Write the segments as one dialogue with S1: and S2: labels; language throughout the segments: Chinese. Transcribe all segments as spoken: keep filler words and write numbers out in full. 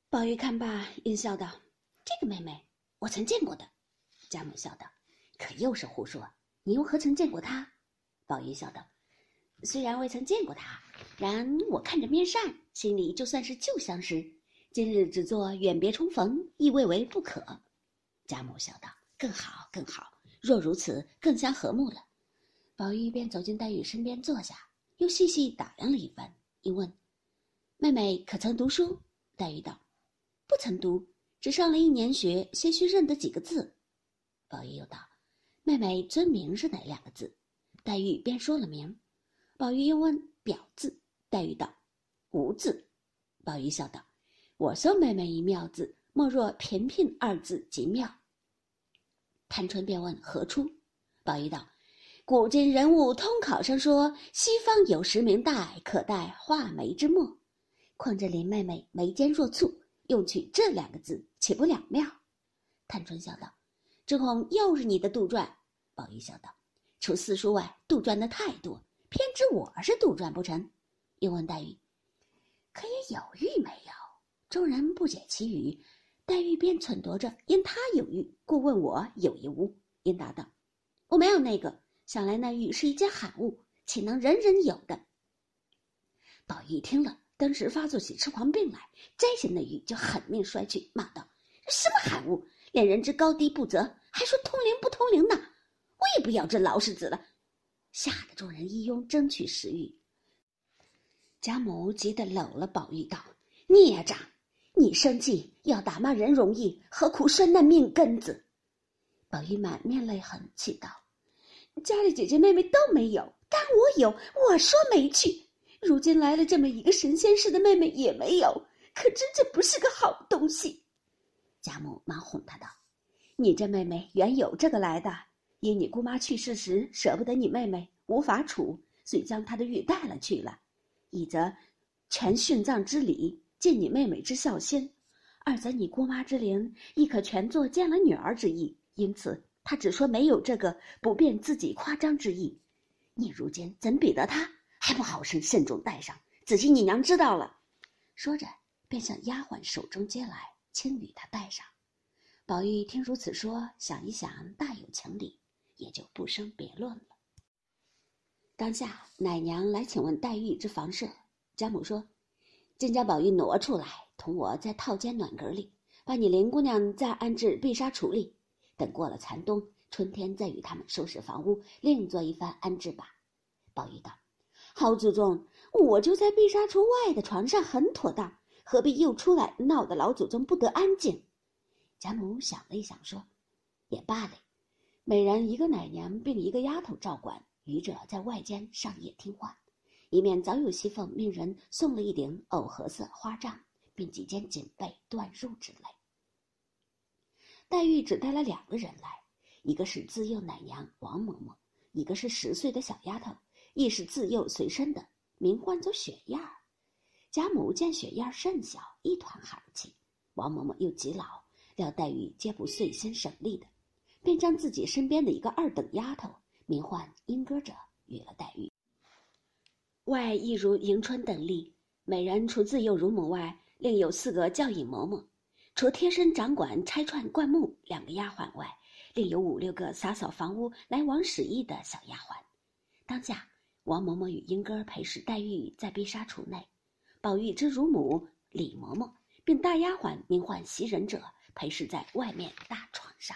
S1: 宝玉看罢，阴笑道：“这个妹妹，我曾见过的。”贾母笑道：“可又是胡说！你又何曾见过她？”宝玉笑道：“虽然未曾见过她，然我看着面善，心里就算是旧相识。今日只做远别重逢，亦未为不可。”贾母笑道：“更好，更好。若如此，更相和睦了。”宝玉便走进黛玉身边坐下，又细细打量了一番，又问：“妹妹可曾读书？”黛玉道：“不曾读，只上了一年学，些许认得几个字。”宝玉又道：“妹妹尊名是哪两个字？”黛玉便说了名。宝玉又问表字，黛玉道：“无字。”宝玉笑道：“我送妹妹一妙字，莫若频频二字极妙。”探春便问何出？宝玉道：“古今人物通考上说，西方有时明代，可代画眉之墨。况这林妹妹眉间若蹙，用取这两个字，岂不两妙？”探春笑道：“只恐又是你的杜撰。”宝玉笑道：“除四书外，杜撰的太多，偏知我是杜撰不成？”又问黛玉：“可也有玉没有？”众人不解其语，黛玉便忖度着，因他有玉，故问我有一无。应答道：“我没有那个，想来那玉是一件罕物，岂能人人有的？”宝玉听了，当时发作起痴狂病来，摘下那玉就狠命摔去，骂道：“什么罕物，连人之高低不择，还说通灵不通灵呢？我也不要这老世子了！”吓得众人一拥争取食欲。贾母急得搂了宝玉道：“孽障！你生气要打骂人容易，何苦拴那命根子？”宝玉满面泪痕，气道：“家里姐姐妹妹都没有，但我有，我说没去。如今来了这么一个神仙似的妹妹也没有，可知这不是个好东西。”贾母忙哄她道：“你这妹妹原有这个来的，因你姑妈去世时舍不得你妹妹，无法处，遂将她的玉带了去了。一则全殉葬之礼，尽你妹妹之孝心；二则你姑妈之灵，亦可全做见了女儿之意。因此她只说没有这个，不便自己夸张之意。你如今怎比得她？还不好生慎重带上，仔细你娘知道了。”说着便向丫鬟手中接来，轻与她带上。宝玉听如此说，想一想，大有情理，也就不生别论了。当下奶娘来请问黛玉之房事，贾母说：“今将宝玉挪出来，同我在套间暖阁里，把你林姑娘再安置碧纱橱里，等过了残冬，春天再与他们收拾房屋，另做一番安置吧。”宝玉道：“好祖宗，我就在碧纱橱外的床上很妥当，何必又出来闹得老祖宗不得安静？”贾母想了一想，说：“也罢了，每人一个奶娘并一个丫头照管，余者在外间上夜听话，一面早有熙凤命人送了一顶藕荷色花帐，并几件锦被、缎褥之类。”黛玉只带了两个人来，一个是自幼奶娘王嬷嬷，一个是十岁的小丫头，亦是自幼随身的，名唤作雪燕儿。贾母见雪燕甚小，一团寒气，王嬷嬷又极老，料黛玉皆不遂心省力的，便将自己身边的一个二等丫头，名唤莺歌者，与了黛玉。外亦如迎春等例，每人除自幼乳母外，另有四个教引嬷嬷；除贴身掌管拆串灌木两个丫鬟外，另有五六个洒扫房屋来往使役的小丫鬟。当下王嬷嬷与莺歌陪侍黛玉在碧纱橱内，宝玉之乳母李嬷嬷并大丫鬟名唤袭人者陪侍在外面大床上。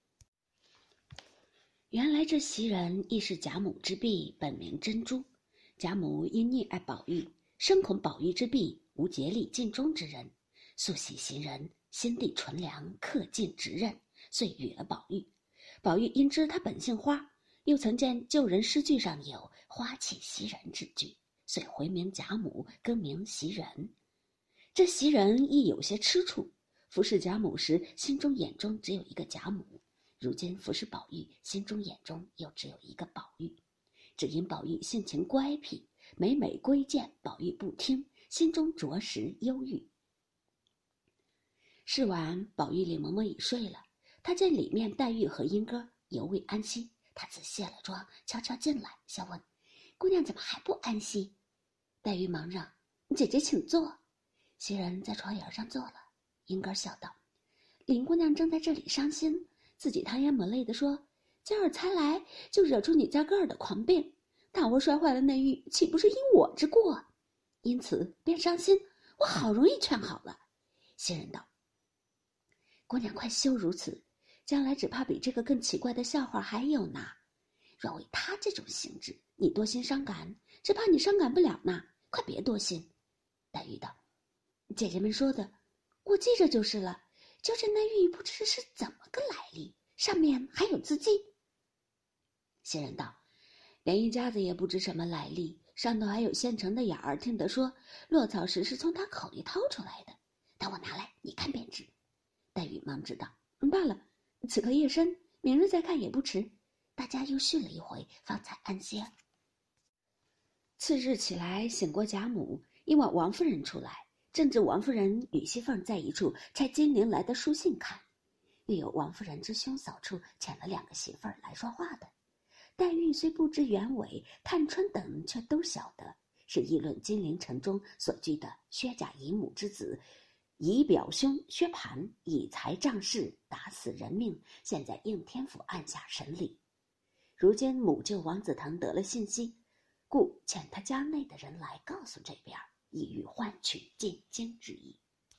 S1: 原来这袭人亦是贾母之婢，本名珍珠。贾母因溺爱宝玉，深恐宝玉之婢无竭力尽忠之人，素喜袭人心地纯良，恪尽职任，遂与了宝玉。宝玉因知他本姓花，又曾见旧人诗句上有花气袭人之句，遂回名贾母，更名袭人。这袭人亦有些吃醋，服侍贾母时心中眼中只有一个贾母，如今服侍宝玉心中眼中又只有一个宝玉。只因宝玉性情乖僻，每每规谏宝玉不听，心中着实忧郁。是晚，宝玉李嬷嬷已睡了，他见里面黛玉和莺歌犹未安息，他自卸了妆，悄悄进来，笑问：“姑娘怎么还不安息？”黛玉忙嚷：“姐姐请坐。”袭人在床沿上坐了， 英哥笑道。林姑娘正在这里伤心，自己淌眼抹泪地说：“今儿才来就惹出你家个儿的狂病，大窝摔坏了内玉，岂不是因我之过？因此便伤心。我好容易劝好了。”袭人道：“姑娘快休如此，将来只怕比这个更奇怪的笑话还有呢。若为他这种性质，你多心伤感，只怕你伤感不了呢。快别多心。”黛玉道：“姐姐们说的，我记着就是了。就这内玉不知是怎么个来历，上面还有字迹。”袭人道：“连一家子也不知什么来历，上头还有现成的眼儿，听得说落草时是从他口里掏出来的。等我拿来，你看便知。”黛玉忙知道：“罢了，此刻夜深，明日再看也不迟。”大家又训了一回，方才安歇。次日起来，醒过贾母，一往王夫人出来，正值王夫人与熙凤在一处拆金陵来的书信看，又有王夫人之兄嫂处遣了两个媳妇儿来说话的。黛玉虽不知原委，探春等却都晓得，是议论金陵城中所居的薛家姨母之子姨表兄薛蟠以财仗势，打死人命，现在应天府按下审理。如今母舅王子腾得了信息，故遣他家内的人来告诉这边，意欲换取进京之意。